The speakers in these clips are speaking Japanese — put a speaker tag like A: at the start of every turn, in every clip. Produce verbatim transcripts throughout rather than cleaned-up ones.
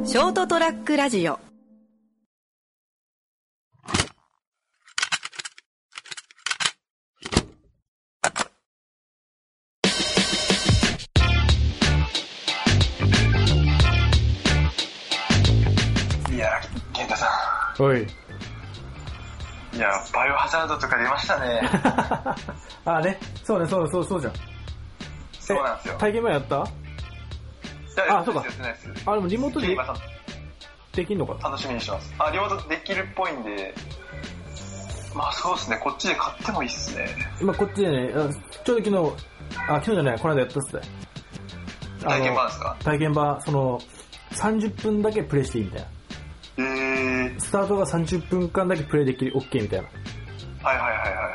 A: ショートトラックラジオ。
B: いや、健太さ
C: ん。おい。
B: いや、バイオハザードとか出ましたね。
C: あね、そうね、そうそうそうじゃん。
B: そうなんですよ。
C: 体験前やった？あ、そうか。あ、でもリモートでできんのかな？
B: 楽しみにしてます。あ、リモートできるっぽいんで、まあそうですね、こっちで買ってもいいっすね。
C: 今こっちでね、ちょうど昨日、あ、昨日じゃない、この間やったっすね。
B: 体験版ですか？
C: 体験版、その、さんじゅっぷんだけプレイしていいみたいな。
B: えー。
C: スタートがさんじゅっぷんかんだけプレイできる OK みたいな。
B: はいはいはいはい。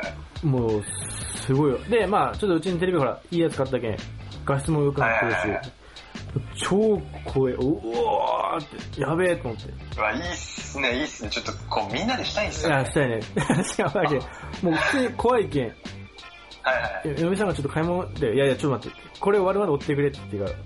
C: もう、すごいよ。で、まあちょっとうちにテレビほら、いいやつ買ったけん、画質も良くなってるし、はいはいはい、超声、おおーって、やべえと思って。
B: うわ、いいっすね、いいっすね。ちょっとこう、みんなでしたいんすよ、ね。
C: いや、したいね。しかもだけもう普通に怖いけん。
B: はいはいはい。
C: 嫁さんがちょっと買い物で、いやいや、ちょっと待って、これ終わるまで追ってくれって言ってから。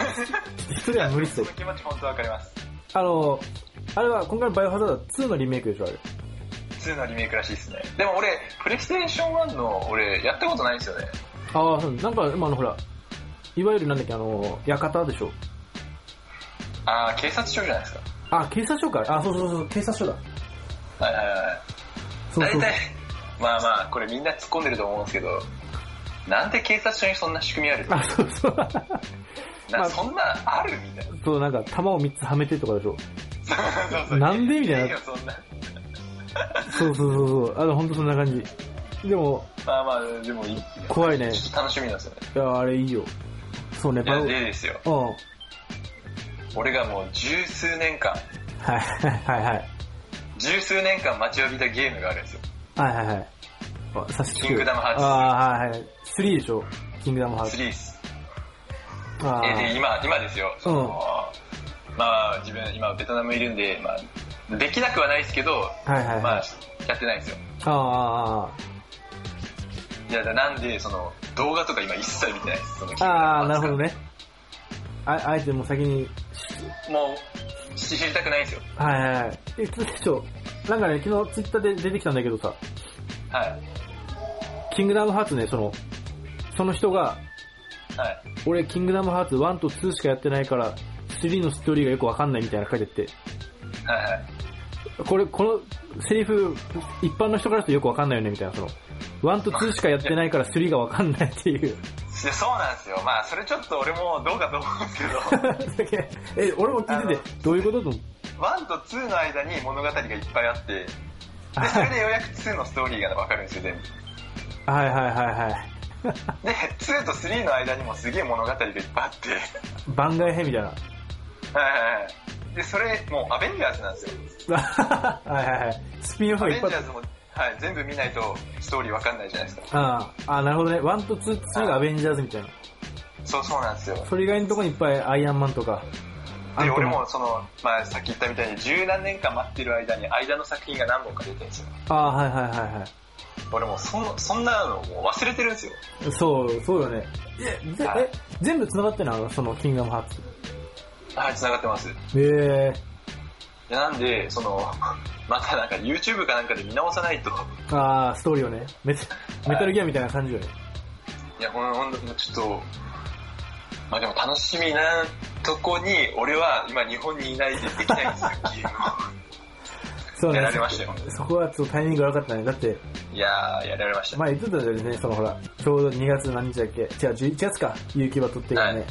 C: 一人は無理っすよ。
B: その気持ち本当わかります。
C: あの、あれは今回のバイオハザードツーのリメイクでしょ、あれ。
B: ツーのリメイクらしいっすね。でも俺、プレイステーションワンの、俺、やったことないんですよね。
C: ああ、そう、なんか、今のほら、いわゆるなんだっけ、あの、館でしょ。
B: ああ、警察署じゃないですか。
C: あ、警察署か。あ、そうそうそう、警察署だ。
B: はいはいはい。そうそう。大体、まあまあ、これみんな突っ込んでると思うんですけど、なんで警察署にそんな仕組みある？
C: あ、そうそう。
B: なそんなあるみたいな。
C: そう、なんか、弾をみっつはめてとかでしょ。
B: そうそう。
C: なんでみたいな。
B: いいよ、そんな。
C: そうそうそうそう。あの、ほんとそんな感じ。でも、
B: まあまあ、でもいい。
C: 怖いね。
B: ちょっと楽しみなんですよね。
C: いや、あれいいよ。そうね、
B: バイオ。いや、でですよ。
C: うん。
B: 俺がもう十数年間。
C: はいはいはい。
B: 十数年間待ちわびたゲームがあるんですよ。
C: はいはいはい。
B: キングダムハーツ。
C: ああ、はいはい。スリーでしょ？キングダムハーツ。
B: スリーです。あえで、今、今ですよ。その、うん、まあ、自分、今、ベトナムいるんで、まあ、できなくはないですけど、はいはいはい、まあ、やってないんですよ。ああ。いや、なんで、その、動画とか今一切見てないです。その
C: ああ、なるほどね。あ、あえてもう先に。
B: もう、知りたくないんですよ。
C: はいはいはい。え、ちょっと、なんかね、昨日ツイッターで出てきたんだけどさ。
B: はい。
C: キングダムハーツね、その、その人が、
B: はい。
C: 俺、キングダムハーツワンとツーしかやってないから、スリーのストーリーがよくわかんないみたいな書いてって。
B: はいはい。
C: これ、このセリフ、一般の人からするとよくわかんないよね、みたいな、その、ワンとツーしかやってないからスリーがわかんないっていう。
B: そうなんですよ。まあ、それちょっと俺もどうかと思うんですけど。
C: え、俺も聞いてて、どういうことと思
B: うワンとツーの間に物語がいっぱいあって、で、それでようやくツーのストーリーがわかるんですよ、全部。
C: はいはいはいはい。
B: で、ツーとスリーの間にもすげえ物語がいっぱいあって。
C: 番外編みたいな。
B: はいはいはい。で、それ、もうアベンジャーズなんですよ。
C: はいはいはい。スピンオフがいっぱい。
B: アベンジャーズも、はい、全部見ないとストーリーわかんないじゃないですか。
C: ああ、なるほどね。ワンとツー、ツーがアベンジャーズみたいな。
B: そうそうなんですよ。
C: それ以外のとこにいっぱいアイアンマンとか。
B: で、俺もその、まあさっき言ったみたいに十何年間待ってる間に間の作品が何本か出てるんですよ。
C: ああ、はいはいはいはい。
B: 俺もうそ、そんなのもう忘れてるんですよ。
C: そう、そうよね。え、ぜ、はい、え、全部繋がってんの？その、キングダムハーツ。
B: はい、繋がってます。
C: へえ
B: ー。なんで、その、またなんか YouTube かなんかで見直さないと。
C: あー、ストーリーをね。メメタルギアみたいな感じよね。
B: いや、ほん、ほんと、ちょっと、まあでも楽しみなとこに、俺は今日本にいないでできないんですよ、ゲームを。そうね。やられましたよ。
C: そこはちょっとタイミング悪かったね。だって。
B: いやー、やられました。
C: まあ言ってたよね、そのほら、ちょうどにがつ何日だっけ？違う、じゅういちがつか、有給は取ってからね。はい、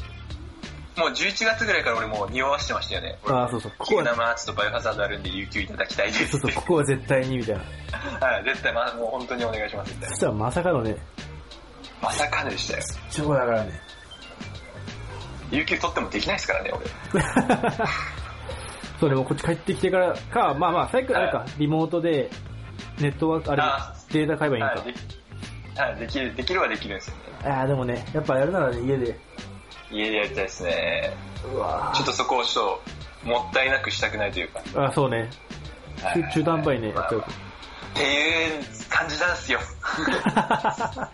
B: もうじゅういちがつぐらいから俺もう匂わしてましたよね。
C: ああ、そうそう。
B: ここは生アーツとバイオハザードあるんで有給いただきたいです。
C: そうそう、ここは絶対にみたい
B: な。はい、絶対、まあ、もう本当にお願いしますみたいな。
C: そしたらまさかのね。
B: まさかでしたよ。
C: 超だからね。
B: 有給取ってもできないですからね、俺。
C: そうね、もうこっち帰ってきてからか、まあまあ、最悪あれか、はい、リモートで、ネットワーク、あれ、あデータ買えばいいんか。
B: はい、できる、できるはできるんですよね。
C: ああ、でもね、やっぱやるならね、家で。
B: 家でやりたいですね。うわちょっとそこをちょっと、もったいなくしたくないというか。
C: ああ、そうね。中途半端にね、やっちゃうと。
B: っていう感じなんですよ。はい。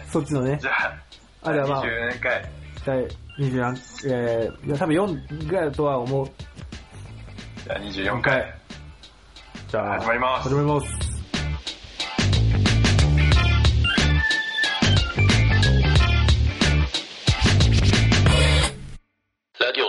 C: そっちのね。
B: じゃあ、あれはまあ、にじゅうねんかい。
C: にじゅう何、えー、いや多分よんぐらいだとは思う。
B: じゃあにじゅうよんかい。
C: じゃあ、
B: 始まります。
C: 始まります。
B: ラディオッ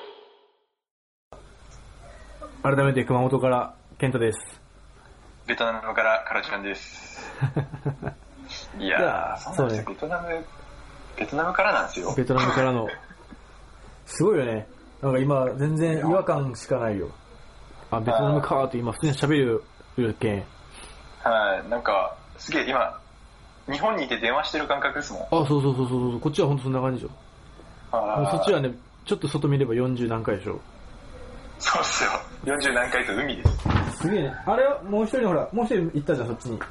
C: ト。改めて熊本から健太です。
B: ベトナムからカラちゃんです。いやー、そうね。ベトナム、ベトナムからなんですよ。
C: ベトナムからの。すごいよね。なんか今全然違和感しかないよ。あ、ベトナムかーって今普通に喋るけん。
B: はい、なんかすげえ今日本にいて電話してる感覚ですもん。あ、
C: そうそうそうそうそう。こっちは本当そんな感じでしょ。もうそっちはね、ちょっと外見ればよんじゅう何回でしょ。
B: そうっすよ。よんじゅう何回と海です。
C: すげえね。あれはもう一人ほら、もう一人行ったじゃんそっちに。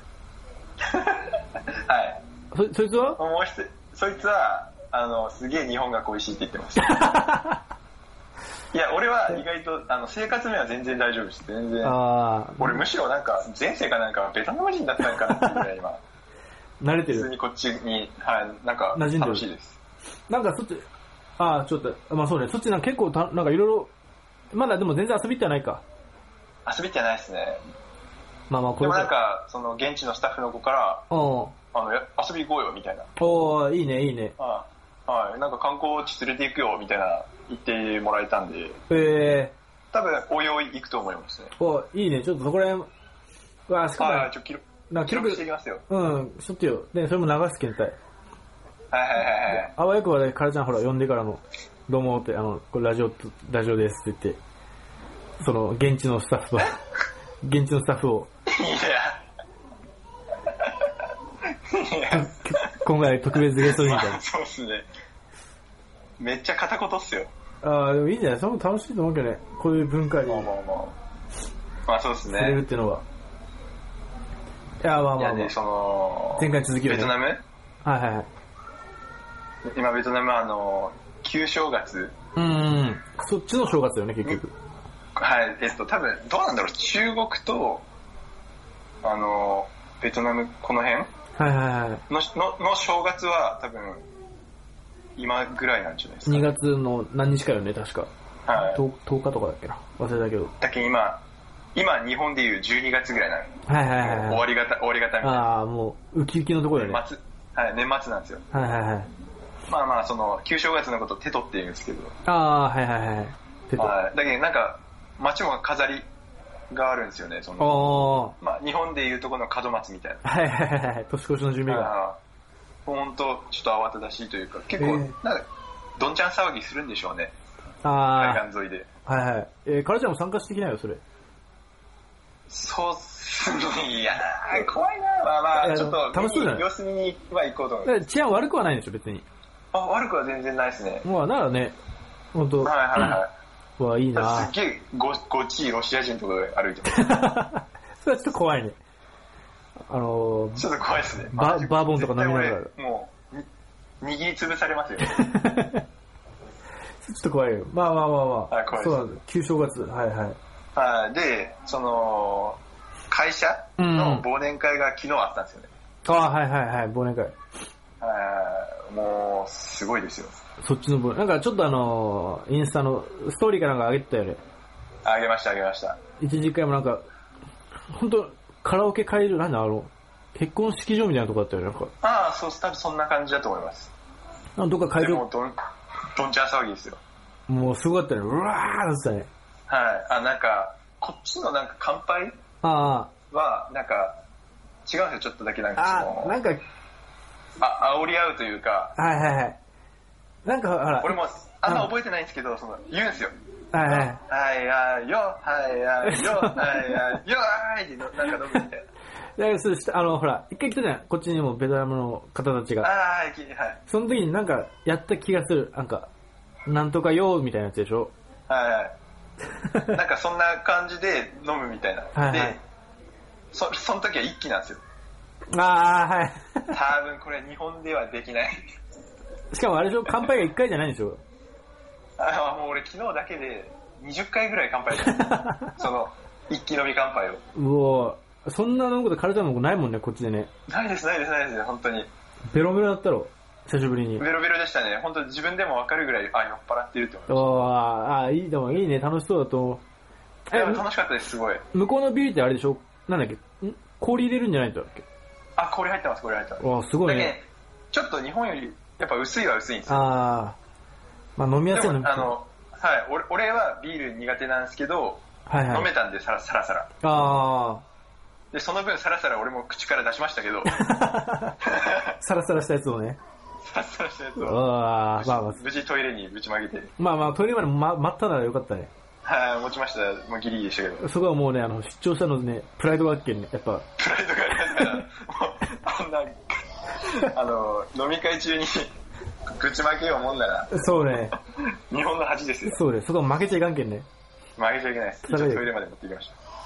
B: はい。
C: そそいつは？
B: もう一人、そいつはあのすげえ日本が恋しいって言ってました。いや俺は意外とあの生活面は全然大丈夫です。全然。あ俺むしろなんか前世かなんかベトナム人だったのかなっていうぐらい今。
C: 慣れてる。
B: 普通にこっちにはいなんか楽しいです。
C: なんかそっちああちょっとまあそうねそっちなんか結構たなんかいろいろまだでも全然遊びってはないか。
B: 遊びってはないですね。
C: まあまあこれ
B: でもなんかその現地のスタッフの子からあの遊び行こうよみたいな。
C: おーいいねいいね。
B: あはいなんか観光地連れて行くよみたいな言ってもらえたんで。へ
C: えー。
B: 多分おいおい行くと思いますね。
C: おいいねちょっとそこら辺わしかも
B: あちょ記録な記録していきますよ。
C: うんしとってよ。でそれも流すけんたい。
B: はいはいはいはい。
C: あわよくばでカラちゃんほら呼んでからのどうもってあのこれラジオラジオですって言ってその現地のスタッフは現地のスタッフを
B: いやいや
C: 今回特別ゲストみたいな。
B: そうっすね。めっちゃ片言っすよ。
C: ああでもいいんじゃない。それも楽しいと思うけどね。こういう文化に
B: まあまあまあまあそうっすね。
C: 触れるっていうのは。いやまあまあまあ。
B: いやねその
C: 前回続きをね。
B: ベトナム？はい
C: はいはい。
B: 今ベトナムはあの旧正月。
C: うんうんそっちの正月だよね結局。
B: はいえっと多分どうなんだろう中国とあのベトナムこの辺
C: はいはいはい
B: ののの正月は多分今ぐらいなんじゃないですか、ね、
C: にがつの何日かよね確か、
B: はい、
C: とおかとかだっけな忘れたけど
B: だけ今今日本でいうじゅうにがつぐらいなの。
C: はいはいはい、はい、
B: 終わりがた終わりがたみたいな。
C: ああもうウキウキのところよね。
B: 年末はい年末なんですよ。
C: はいはいはい。
B: まあまあその旧正月のことテトって言うんですけど。
C: ああはいはいはい。
B: テト。はい。だけどなんか街も飾りがあるんですよね。そのまあ日本でいうとこの門松みたいな。
C: はいはいはいはい年越しの準備が。
B: 本当ちょっと慌ただしいというか結構、えー、なんかどんちゃん騒ぎするんでしょうね。
C: あ
B: 海岸沿いで。
C: はいはい。えー、カラちゃんも参加してきないよそれ。
B: そうっすね。いやー怖いな。まあまあちょっと楽しそうじゃない。様子見には行こうと思います。
C: 治安悪くはないんでしょ別に。
B: あ悪くは全然ないですね。
C: まあならね本当。
B: はいはいはい。
C: うわいいな。
B: すっげえごごちいロシア人とかで歩いてます。
C: それはちょっと怖いね。あのー、
B: ちょっと怖いですね。
C: バーボンとか飲みながら。
B: もう握りつぶされますよ。ちょ
C: っと怖いよ。まあまあまあまあ。
B: はい、怖いです。
C: そうなんです。旧正月。はいはい。
B: はい。で、その、会社の忘年会が昨日あったんですよね。
C: うん、ああ、はいはいはい。忘年会。
B: もう、すごいですよ。
C: そっちの分。なんかちょっとあの、インスタのストーリーかなんか上げてたよね。
B: 上げました上げました。
C: 一時会もなんか、ほんと、カラオケ会場、なんだあの、結婚式場みたいなとこだったよね。なんか
B: ああ、そう、多分そんな感じだと思います。
C: どっか会場。で
B: もどん、どんちゃん騒ぎですよ。
C: もうすごかったね。うわーってたね。
B: はい。あ、なんか、こっちのなんか乾杯
C: あ
B: は、なんか、違うんですよ、ちょっとだけなんかその。
C: あなんか、
B: あ、煽り合うというか。
C: はいはいはい。なんかほら。
B: 俺も、あんま覚えてないんですけど、その、言うんですよ。
C: はいはい。
B: はいはいよ、はいはいよ、はいはいよ、はいってなんか飲むみたいな。
C: いや、そうあの、ほら、一回来たじゃん。こっちにもベトナムの方たちが。
B: ああ、はい。
C: その時になんか、やった気がする。なんか、なんとかよ、みたいなやつでしょ。
B: はいはい。なんかそんな感じで飲むみたいな。
C: はいはい、
B: で、そ、その時は一気なんですよ。
C: ああ、はい。
B: 多分これ日本ではできない。
C: しかもあれでしょ、乾杯が一回じゃないんでしょ。
B: ああ、もう俺昨日だけでにじゅっかいぐらい乾杯した。その、一気飲み乾杯を。
C: うおそんな飲むこと体もないもんね、こっちでね。
B: ないですないですないです、本当に。
C: ベロベロだったろ。久しぶりに。
B: ベロベロでしたね。本当自分でも分かるぐらい、あ、酔っ払ってるって思いました。
C: ああ、いい、でもいいね、楽しそうだと思う。
B: え、楽しかったです、すごい。
C: 向こうのビールってあれでしょ、なんだっけ、ん氷入れるんじゃないんだっけ。
B: あ、氷入ってます、氷入ってます。
C: わすごいね。
B: だけちょっと日本より、やっぱ薄いは薄いんですよ。
C: ああ。まあ飲みやすいの。
B: あの、はい、俺、俺はビール苦手なんですけど、はいはい、飲めたんでさらさらさら。ああ。で、その分さらさら俺も口から出しましたけど。
C: さらさらしたやつをね。
B: さらさらしたやつを。あまあまあ、無事トイレにぶちまけて。
C: まあまあ、トイレまでま待ったならよかったね。
B: はい、持ちました。もうギリギリでしたけど。
C: そこはもうね、あの、出張者のね、プライドがあっけんね、やっぱ。
B: プライドがあるから、もう、あんな、あの、飲み会中に、ぶちまけようもんなら。
C: そうね。
B: 日本の恥ですよ。
C: そうです。そこは負けちゃいかんけんね。
B: 負けちゃいけないです。一応トイレまで持ってきました。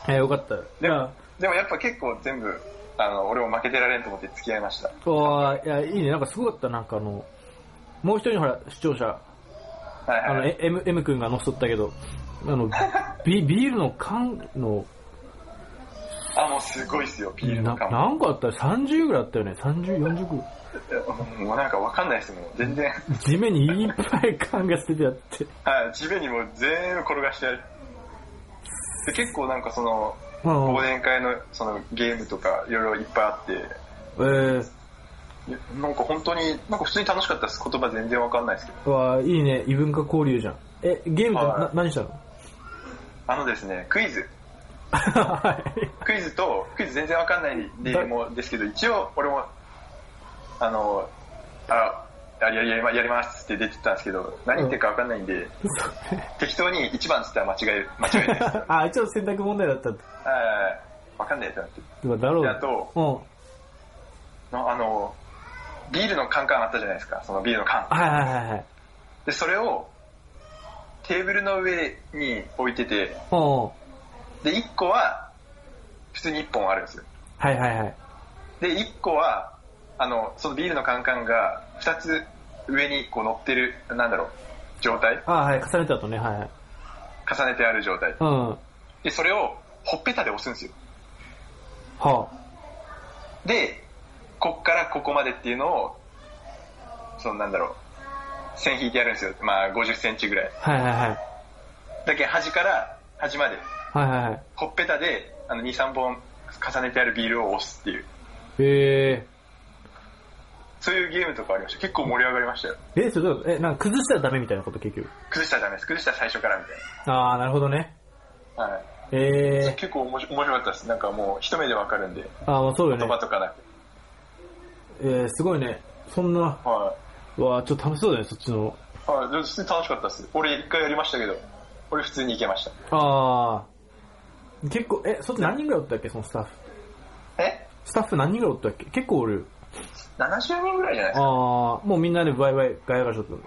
C: えー、よかった。
B: でも、でもやっぱ結構全部、あの、俺も負けてられんと思って付き合いました。
C: おー、いや、いいね。なんかすごかった。なんかあの、もう一人のほら、視聴者、はいはい、あの、M、M 君が乗せとったけど、あの、ビ, ビールの缶の、
B: あ、もうすごいっすよ、ビールの缶。
C: な何個あったらさんじゅうぐらいあったよね。さんじゅう、よんじゅう個。
B: もうなんかわかんないっすもん、全然。
C: 地面にいっぱい缶が捨ててあって。
B: はい、地面にもう全部転がしてある。で結構なんかその、忘年会のそのゲームとかいろいろいっぱいあって、えー、なんか本当に、なんか普通に楽しかったです。言葉全然わかんないですけど。
C: うわいいね、異文化交流じゃん。え、ゲームって何したの？
B: あのですね、クイズ。クイズと、クイズ全然わかんないでもですけど、一応俺も、あの、あ、やり、やり、やりますって出てたんですけど、何言ってるかわかんないんで、うん、適当にいちばんつったら間違え、間違えないです。
C: あ、一応選択問題だったんだ。
B: はい、わかんないってなって。
C: だろう。
B: で、あと、うん、あの、ビールのカンカンあったじゃないですか、そのビールの缶。
C: はいはいはいはい。
B: で、それを、テーブルの上に置いてて、で、いっこは、普通にいっぽんあるんですよ。
C: はいはいはい。
B: で、いっこは、あの、そのビールのカンカンがふたつ上にこう乗ってる、なんだろう、状態。
C: ああ、はい、重ねてあとね、はいはい。
B: 重ねてある状態。うん。で、それをほっぺたで押すんですよ。はあ。で、こっからここまでっていうのを、そのなんだろう、線引いてやるんですよ。まあ、ごじゅっセンチぐらい。はいはいはい。だけど端から端まで。はいはいはい。ほっぺたで、あの、に、さんぼん重ねてあるビールを押すっていう。へえ。そういうゲームとかありました。結構盛り上がりましたよ。
C: え、それどうえ、なんか崩したらダメみたいなこと結局。
B: 崩したらダメです。崩したら最初からみたい
C: な。ああ、なるほどね。
B: はい。えー、結構面白かったです。なんかもう一目でわかるんで。
C: ああ、もうそうよね。
B: 言葉とかなく。
C: えー、すごいね。そんな。はい。うわちょっと楽しそうだね、そっちの。
B: はい、普通に楽しかったです。俺一回やりましたけど、俺普通に行けました。
C: ああ。結構、え、そっち何人ぐらいおったっけ、そのスタッフ。えスタッフ何人ぐらいおったっけ？結構おる。
B: ななじゅうにんぐらいじゃないですか。
C: ああ、もうみんなでバイバイガヤガヤしとった。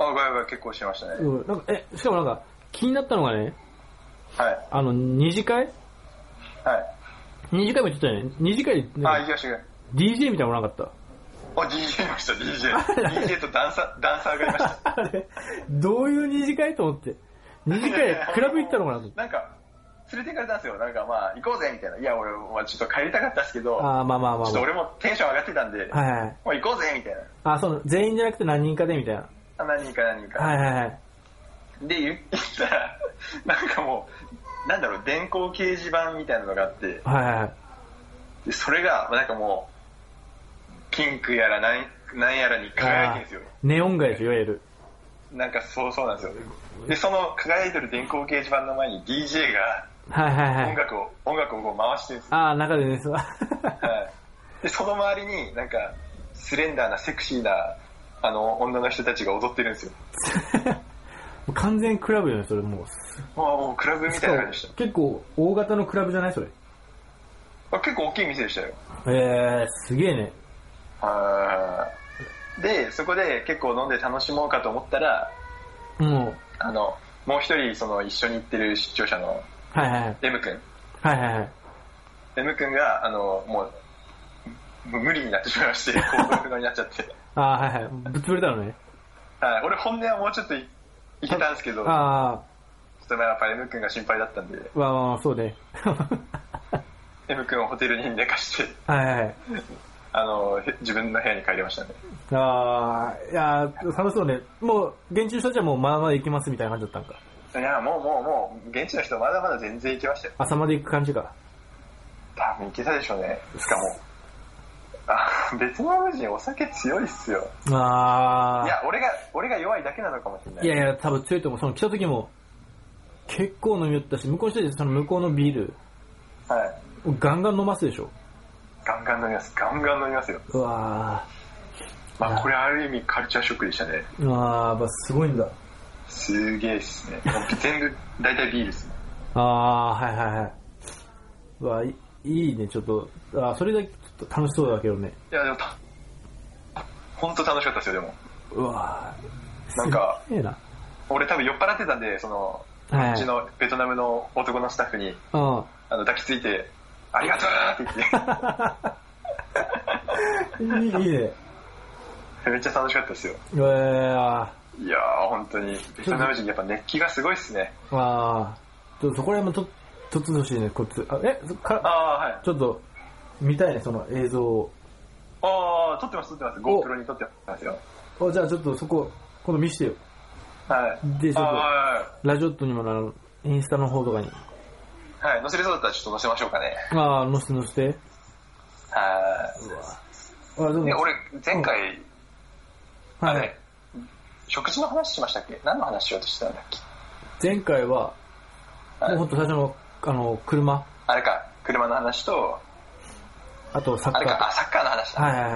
B: ああ、ガヤガヤ結構してましたね。
C: うん、なんか、え、しかもなんか、気になったのがね、
B: はい。
C: あの、二次会はい。二次会も言ってたよね。二次会で、
B: あ、行きましたよ。
C: ディージェー みたいなのおらなかった？
B: あ、ディージェー いました、ディージェー。ディージェー とダンサー、ダンサーがいました。あれ、
C: どういう二次会と思って。二次会、クラブ行ったのかなと思って。
B: なんか、連れて行かれたんですよ。なんかまあ、行こうぜみたいな。いや、俺はちょっと帰りたかったですけど、あまあまあまあ、まあ。ちょっと俺もテンション上がってたんで、はいはい。もう行こうぜみたい
C: な。あ、そう、全員じゃなくて何人かでみたいな。
B: あ、何人か何人か。
C: はいはいはい。
B: で、言ったら、なんかもう、なんだろう、電光掲示板みたいなのがあって、はいはいはい。で、それが、なんかもう、ピンクやら何、何やらに輝いてるんですよ。
C: ネオン街ですよ、いわゆる。
B: なんかそうそうなんですよ。で、その輝いてる電光掲示板の前に ディージェー が、はいはいはい。音楽を、音楽をこう回してるんですよ。
C: ああ、中でですわ。
B: はい。で、その周りになんか、スレンダーなセクシーな、あの、女の人たちが踊ってるんですよ。
C: 完全クラブよね、それも
B: う。もうクラブみたいな感じでした。
C: 結構大型のクラブじゃないそれ。
B: あ、結構大きい店でしたよ。
C: えー、すげえね。
B: はい。で、そこで結構飲んで楽しもうかと思ったら、うん。あの、もう一人、その一緒に行ってる出張者の、はいはいはい。M 君。はいはいはい。M 君が、あの、もう、無理になってしまいまして、行動不能になっちゃって。
C: ああ、はいはい。ぶつぶれたのね。
B: はい。俺本音はもうちょっと い, いけたんですけど、ああ。ちょっとやっぱ M 君が心配だったんで。
C: まあまあまあ、そうね。
B: M 君をホテルに寝かして、はいはい。あの、自分の部屋に帰りましたね。
C: ああ、いや楽しそうね。もう、現地の人たちはもうまあまあ行きますみたいな感じだったんか。
B: いや、もうもうもう、現地の人まだまだ全然行きましたよ。
C: 朝まで行く感じか。
B: 多分行けたでしょうね。しかも、あ、ベトナム人お酒強いっすよ。
C: あー。
B: いや、俺が、俺が弱いだけなのかもしれない。
C: いやいや、多分強いと思う。その来た時も、結構飲みよったし、向こうの人でその向こうのビール、
B: はい。
C: ガンガン飲ますでしょ。
B: ガンガン飲みます。ガンガン飲みますよ。
C: うわ
B: ー。まあ、これある意味カルチャーショックでしたね。
C: うわー、まあ、すごいんだ。
B: すげえっすね。全部、大体ビールっすね。
C: あー、はいはいはい。うわいいいね、ちょっと。あ、それだけちょっと楽しそうだけどね。
B: いや、でもた、ほんと楽しかったですよ、でも。
C: うわ
B: ー。なんか、
C: すげえな。俺
B: 多分酔っ払ってたんで、その、はい、うちのベトナムの男のスタッフに、あの抱きついて、ありがとうって
C: 言って。いいね。
B: めっちゃ楽しかったですよ。
C: えー、
B: いやー、本当に、ベトナム人やっぱ熱気がすごいっすね。
C: あー、ちょっとそこら辺もと、とってほしいね、こっち。あ、えそか
B: あー、はい。
C: ちょっと、見たいね、その映像を。
B: あー、撮ってます、撮ってます。GoPro に撮ってますよ。
C: お、じゃあちょっとそこ、今度見してよ。
B: はい。
C: で、ちょっと、ラジオットにもあの、インスタの方とかに。
B: はい、載せれそうだったらちょっと載せましょうかね。
C: ああ、載せて載せて。
B: はい。うわ。あ、でも。で、俺、前回、うん、あれ、はい、食事の話しましたっけ？何の話しようとしてたんだっけ？
C: 前回は、はい、もうほんと最初の、あの、車。
B: あれか、車の話と、
C: あとサッカー。
B: あれか、あ、サッカーの話だ。
C: はいはいはい。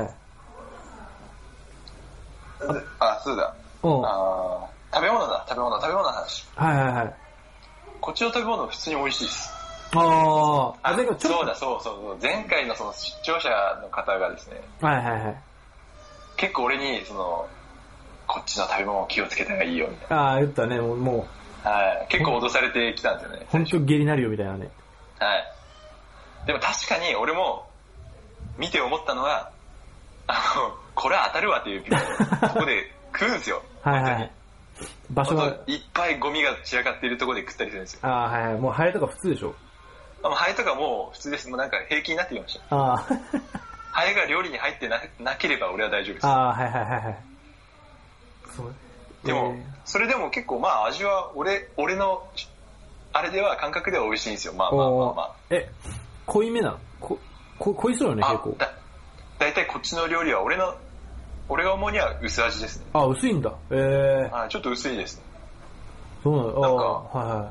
B: あ、そうだ。あ食べ物だ、食べ物、食べ物の話。
C: はいはいはい。
B: こっちの食べ物普通に美味しいです。
C: ああ、
B: あ、そうだ、そうそう。前回のその視聴者の方がですね。
C: はいはいはい。
B: 結構俺に、その、こっちの食べ物を気をつけた方がいいよみたいな。
C: ああ、言ったね、もう。も
B: うはい。結構脅されてきたんですよね。
C: 本当下痢なるよみたいなね。
B: はい。でも確かに俺も、見て思ったのは、あの、これは当たるわっていう、ここで食うんですよ。
C: はいはい。場所が
B: いっぱいゴミが散らかっているところで食ったりするんですよ。
C: ああ、はいはい。もうハエとか普通でしょ？
B: あ、もうハエとかもう普通です。もうなんか平気になってきました。
C: ああ。
B: ハエが料理に入ってな、なければ俺は大丈夫です。
C: ああ、はいはいはいはい。そう。
B: でも、えー、それでも結構まあ味は俺、俺の、あれでは感覚では美味しいんですよ。まあまあまあまあ。
C: え、濃いめなの？こ、こ、濃いそうよね、結構。
B: だ、だいたいこっちの料理は俺の、俺が思うには薄味ですね。
C: あ、薄いんだ。え
B: えー。ちょっと薄いですね。
C: そうなんだ。
B: なんか、
C: はいはい。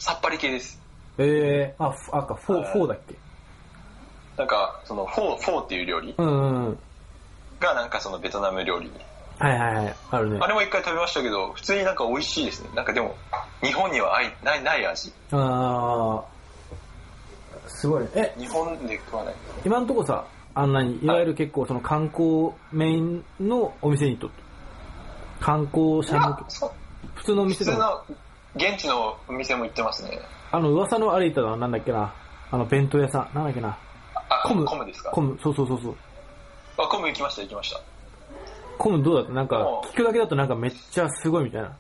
B: さっぱり系です。
C: えー、あ、あか、フォー、フォーだっけ？
B: なんか、その、フォー、フォーっていう料理
C: うんうん。
B: がなんかそのベトナム料理に。
C: はいはいはい。あるね。
B: あれも一回食べましたけど、普通になんか美味しいですね。なんかでも、日本にはない、ない味。
C: あー。すごいね。え、
B: 日本で食わない。
C: 今んとこさ、あんなに、いわゆる結構その観光メインのお店にとって。観光者向け。普通のお店でも。
B: 普通の、現地のお店も行ってますね。
C: あの、噂の歩いたのはなんだっけな。あの、弁当屋さん。なんだっけな。
B: あ、コム。コムですか？
C: コム、そうそうそうそう。
B: あ、コム行きました、行きました。
C: コムどうだったなんか、聞くだけだとなんかめっちゃすごいみたいな。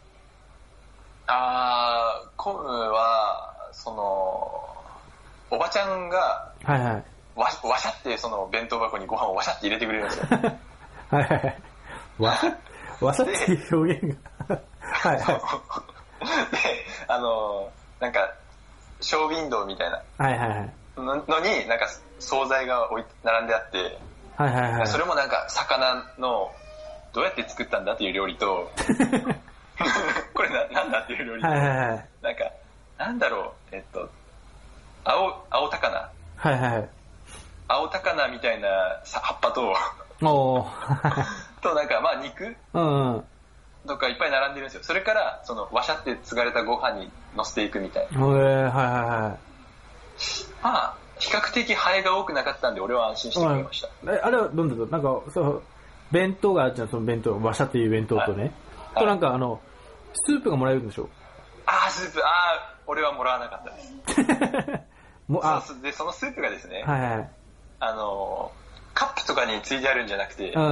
B: あー、コムは、その、おばちゃんが、
C: はいはい。
B: わ、わしゃってその弁当箱にご飯をわしゃって入れてくれるんですよ。
C: はいはいはい。わしゃ、わしゃっていう表現が。はいはい。で、
B: あの、なんか、ショーウィンドウみたいな。
C: はいはいはい。
B: の, のに、なんか、惣菜が置い並んであって、
C: はいはいはい。
B: それもなんか、魚の、どうやって作ったんだっていう料理と、これな、なんだっていう料理と、
C: はいはいはい。
B: なんか、なんだろう、えっと、青、青高菜。
C: はいはい。
B: 青高菜みたいな葉っぱと、
C: お
B: となんか、まあ肉、
C: うんうん、
B: とかいっぱい並んでるんですよ。それから、その、わしゃって継がれたご飯に乗せていくみたいな。
C: へえ、はいはいはい。
B: まあ、比較的ハエが多くなかったんで、俺は安心してくれました。
C: え、あれはどんだったなんか、そう、弁当があるじゃん、その弁当、わしゃっていう弁当とね。はい、となんかあの、スープがもらえるんでしょ？
B: ああ、スープ、ああ、俺はもらわなかったです。もうあそうで、そのスープがですね、
C: はいはい、
B: あの、カップとかについてあるんじゃなくて、
C: うん、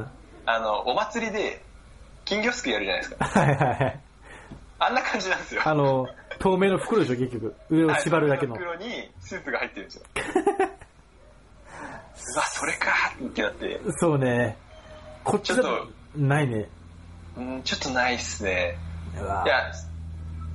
B: あの、お祭りで、金魚すくいやるじゃないですか。
C: はいはいはい。
B: あんな感じなんですよ。
C: あの、透明の袋でしょ、結局。上を縛るだけの。
B: はい、袋にスープが入ってるんですよ。うわ、それかーってなって。
C: そうね。こっちだとないね。
B: うん、ちょっとないっすね。いや、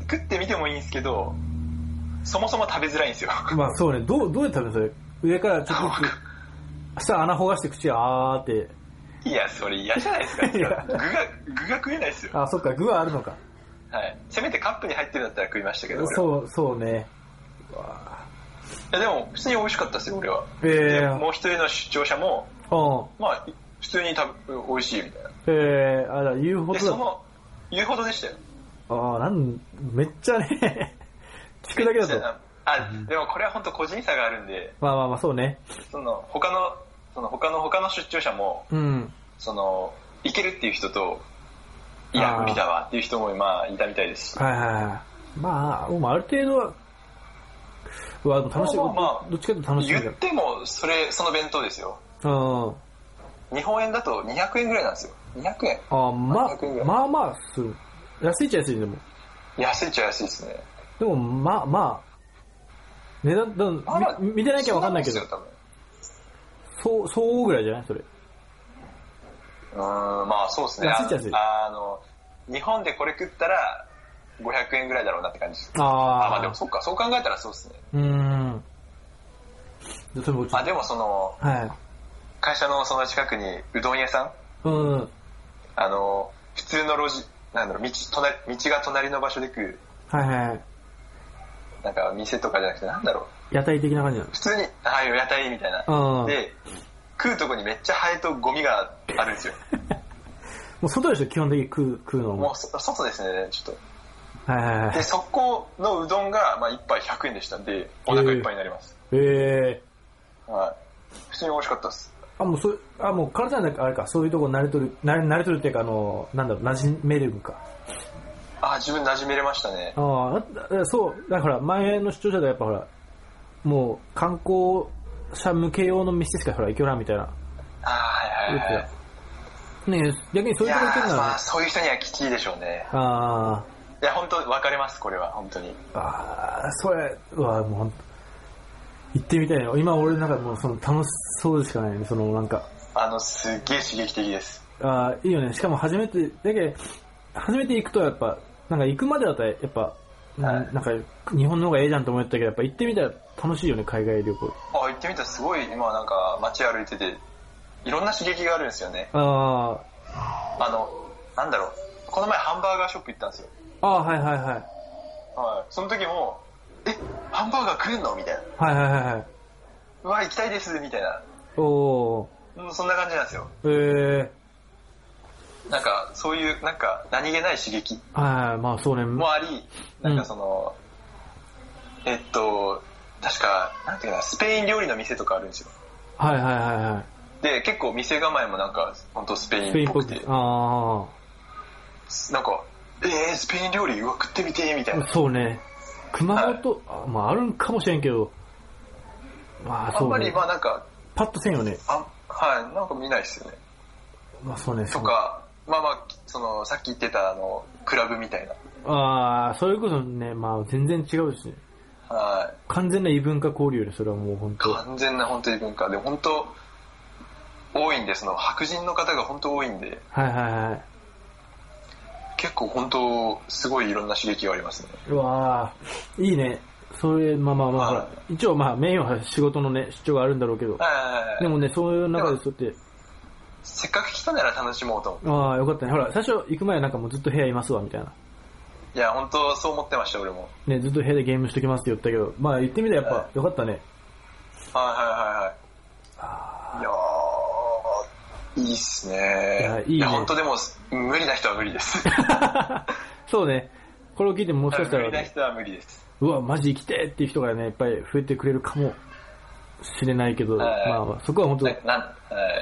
B: 食ってみてもいいんですけど、そもそも食べづらいんですよ。
C: まあそうね、どう、どうやって食べるのそれ？上からちょっとずつ、そしたら穴ほがして口があーって。
B: いや、それ嫌じゃないですか。具が、具が食えないですよ。
C: あ、そっか、具はあるのか。
B: はい。せめてカップに入ってるんだったら食いましたけど。
C: そう、そうね。
B: いやでも普通に美味しかったですよ俺は。
C: えー、
B: もう一人の出張者も、まあ普通に食べ美味しいみたいな。
C: えー、あ、だ言うほどだ。
B: その言うほどでしたよ。
C: ああ、なんめっちゃね聞くだけだと。
B: あ、でもこれは本当個人差があるんで。
C: まあまあまあそうね。
B: その他のその他の他の出張者も、うん、そのいけるっていう人といや無理だわっていう人もまあいたみたいですし。
C: はいはいはい。まあもうある程度は。うわ楽しい、まあまあ、どっちかというと楽しい。
B: 言ってもそれその弁当ですよ。うん。日本円だとにひゃくえんぐらいなんですよ。にひゃくえん。
C: ああ、まあまあまあする。安いっちゃ安いでも。
B: 安いっちゃ安いですね。
C: でもまあまあ値段だ、まあまあ、見てなきゃ分かんないけど。そうそうぐらいじゃないそれ。
B: うーんまあそうですね。
C: 安いっちゃ安い。
B: あの日本でこれ食ったら。ごひゃくえんぐらいだろうなって感じです。
C: ああ。
B: あ、まあでもそっか、そう考えたらそうですね。
C: うーん。
B: あ、でもその、はい、会社のその近くにうどん屋さ
C: ん、うん、
B: あの、普通の路地、なんだろう、道、隣、道が隣の場所で食う。
C: はいはい。
B: なんか店とかじゃなくてなんだろう。
C: 屋台的な感じなの？
B: 普通に、はい、屋台みたいな。で、食うとこにめっちゃハエとゴミがあるんですよ。
C: もう外でしょ、基本的に食う、食うのも。
B: もう外ですね、ちょっと。
C: はいはいはい、
B: でそこのうどんが、まあ、いっぱいひゃくえんでしたんでお腹いっぱいになります。
C: えー、え
B: ー、はい普通に美味しかったです。
C: あもうそあもう体なんかあれかそういうとこ慣れとる慣れ慣れとるっていうかあのなんだろう馴染めるんか。
B: あ自分馴染めれましたね。
C: ああそうだから前の出張者でやっぱほらもう観光者向け用の店しかほら行けらんみたいな。
B: あはいはいはい。
C: ね逆にそういうとこ行けるなら、ね、
B: まあそういう人にはきついでしょうね。
C: ああ。
B: いや本当分かりますこれは本当に。
C: ああそれはもう本当行ってみたいよ。今俺なんかもうその楽しそうでしかないねそのなんか。
B: あのすっげえ刺激的です。
C: ああいいよね。しかも初めてだけ初めて行くとやっぱなんか行くまでだったらやっぱ、はい、なんか日本の方がええじゃんと思ったけどやっぱ行ってみたら楽しいよね海外旅行。
B: あ行ってみたらすごい今なんか街歩いてていろんな刺激があるんですよね。
C: あ
B: あのなんだろうこの前ハンバーガーショップ行ったんですよ。
C: ああはいはいはい。はい
B: その時もえハンバーガー食えんのみたいな。
C: はいはいはいはい。
B: うわ行きたいですみたいな。
C: おお。
B: そんな感じなんですよ。
C: へえー。
B: なんかそういうなんか何気ない刺激
C: はいまあそうね
B: もありなんかその、うん、えっと確かなんていうかスペイン料理の店とかあるんですよ。
C: はいはいはいはい
B: で結構店構えもなんか本当スペインっぽくて
C: あ
B: あなんかえー、スペイン料理うわ食ってみてみたいな。
C: そうね熊本、はい、あまああるんかもしれんけど
B: まあそう、ね、あんまりまあなんか
C: パッとせんよね。
B: あはいなんか見ないですよね。
C: まあそうね
B: とかまあまあそのさっき言ってたあのクラブみたいな
C: ああそれこそねまあ全然違うしね。
B: はい
C: 完全な異文化交流でそれはもう本当
B: 完全な本当異文化で本当多いんでその白人の方が本当多いんで
C: はいはいはい
B: 結構本当すごいいろんな刺激がありますね。
C: うわーいいねそれまあまあまあ、はい、一応まあメインは仕事のね出張があるんだろうけど、はいはいはい、でもねそういう中でそうやって
B: せっかく来たなら楽しもうと思って。
C: ああよかったねほら最初行く前なんかもうずっと部屋いますわみたいな。
B: いや本当そう思ってました俺も
C: ねずっと部屋でゲームしときますって言ったけどまあ行ってみたらやっぱ、はい、よかったね。
B: はいはいはいはいあいやいいっすね。いやいいね。いや本当でも無理な人は無理です
C: そうねこれを聞いてももしかしたら、ね、
B: 無理な人は無理です。
C: うわマジ生きてっていう人がねいっぱい増えてくれるかもしれないけど、はい、まあまあそこは本当なんなん、はい、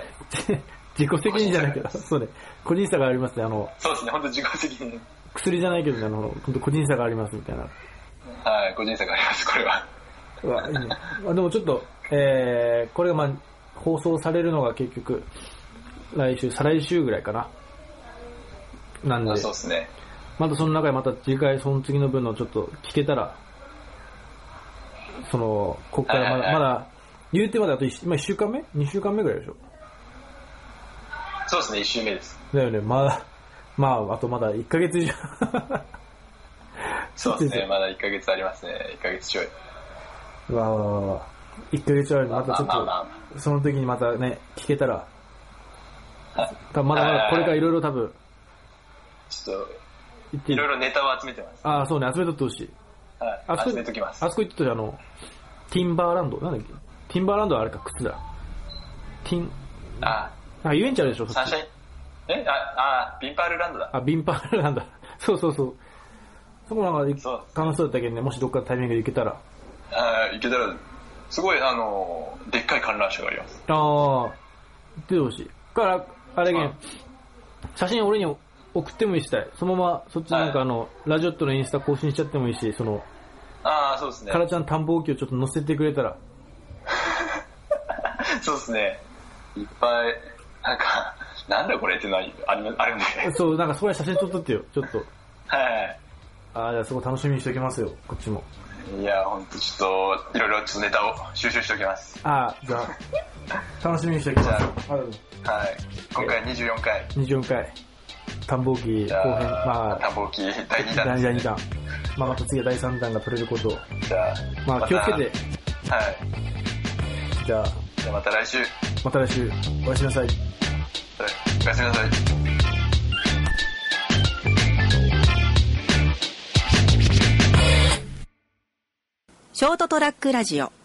C: 自己責任じゃないけどそうね個人差がありますねあの
B: そうですね本当自己責任
C: 薬じゃないけどねあの本当個人差がありますみたいな。
B: はい個人差がありますこれは。
C: うわいいねまあでもちょっと、えー、これがまあ放送されるのが結局来週再来週ぐらいかななんで
B: そうですね
C: またその中でまた次回その次の分のちょっと聞けたらそのこっからまだ、はいはいはい、まだ言うてまだあと今いっしゅうかんめにしゅうかんめぐらいでしょ。
B: そうですねいっ週目です
C: だよねまだまああとまだいっかげつ以上
B: そうですね、まだいっかげつありますね。いっかげつちょい。
C: うわわわわ。いっかげつちょい、またちょっと、まあまあまあ、その時にまたね、聞けたら、多分まだまだこれからいろいろ多分、
B: ちょっと、いろいろネタを集めてます。
C: ああ、そうね、集めとってほしい。
B: はい、集めときます。
C: あそこ行ってたあの、ティンバーランドなんだっけティンバーランドはあれか、靴だ。ティン、
B: あ
C: あ、あ遊園地あるでしょ
B: サンシャインえあ、あ、ビンパールランドだ。
C: あ、ビンパールランド。そうそうそう。そこなんか楽しそうだったけどね、もしどっかのタイミングで行けたら。
B: あ行けたら、すごい、あの、でっかい観覧車があります。
C: ああ、行ってほしい。から、あれね、写真俺に送ってもいいしたい。そのまま、そっちなんかあの、はい、ラジオットのインスタ更新しちゃってもいいし、その、
B: ああ、そうですね。
C: カラちゃん探訪記をちょっと載せてくれたら。
B: そうですね。いっぱい、なんか、なんだこれってのはあるあるんで。
C: そう、なんかそこで写真撮っとってよ、ちょっと。
B: はい。
C: ああ、じゃあそこ楽しみにしておきますよ、こっちも。
B: いや、ほんとちょっと、いろいろちょっとネタを収集しておきます。
C: ああ、じゃあ、楽しみにしておきます。じゃ
B: あ、はい。今回にじゅうよんかい。
C: にじゅうよんかい。探訪記後編、まあ、
B: 探訪記だいにだん、
C: ね。だいにだん。まあまた次はだいさんだんが取れることを。
B: じゃあ、
C: まあ気をつけて。はい。じゃあ、
B: じゃあまた来週。
C: また来週、おやすみなさい。
B: おやすみなさい。
A: ショートトラックラジオ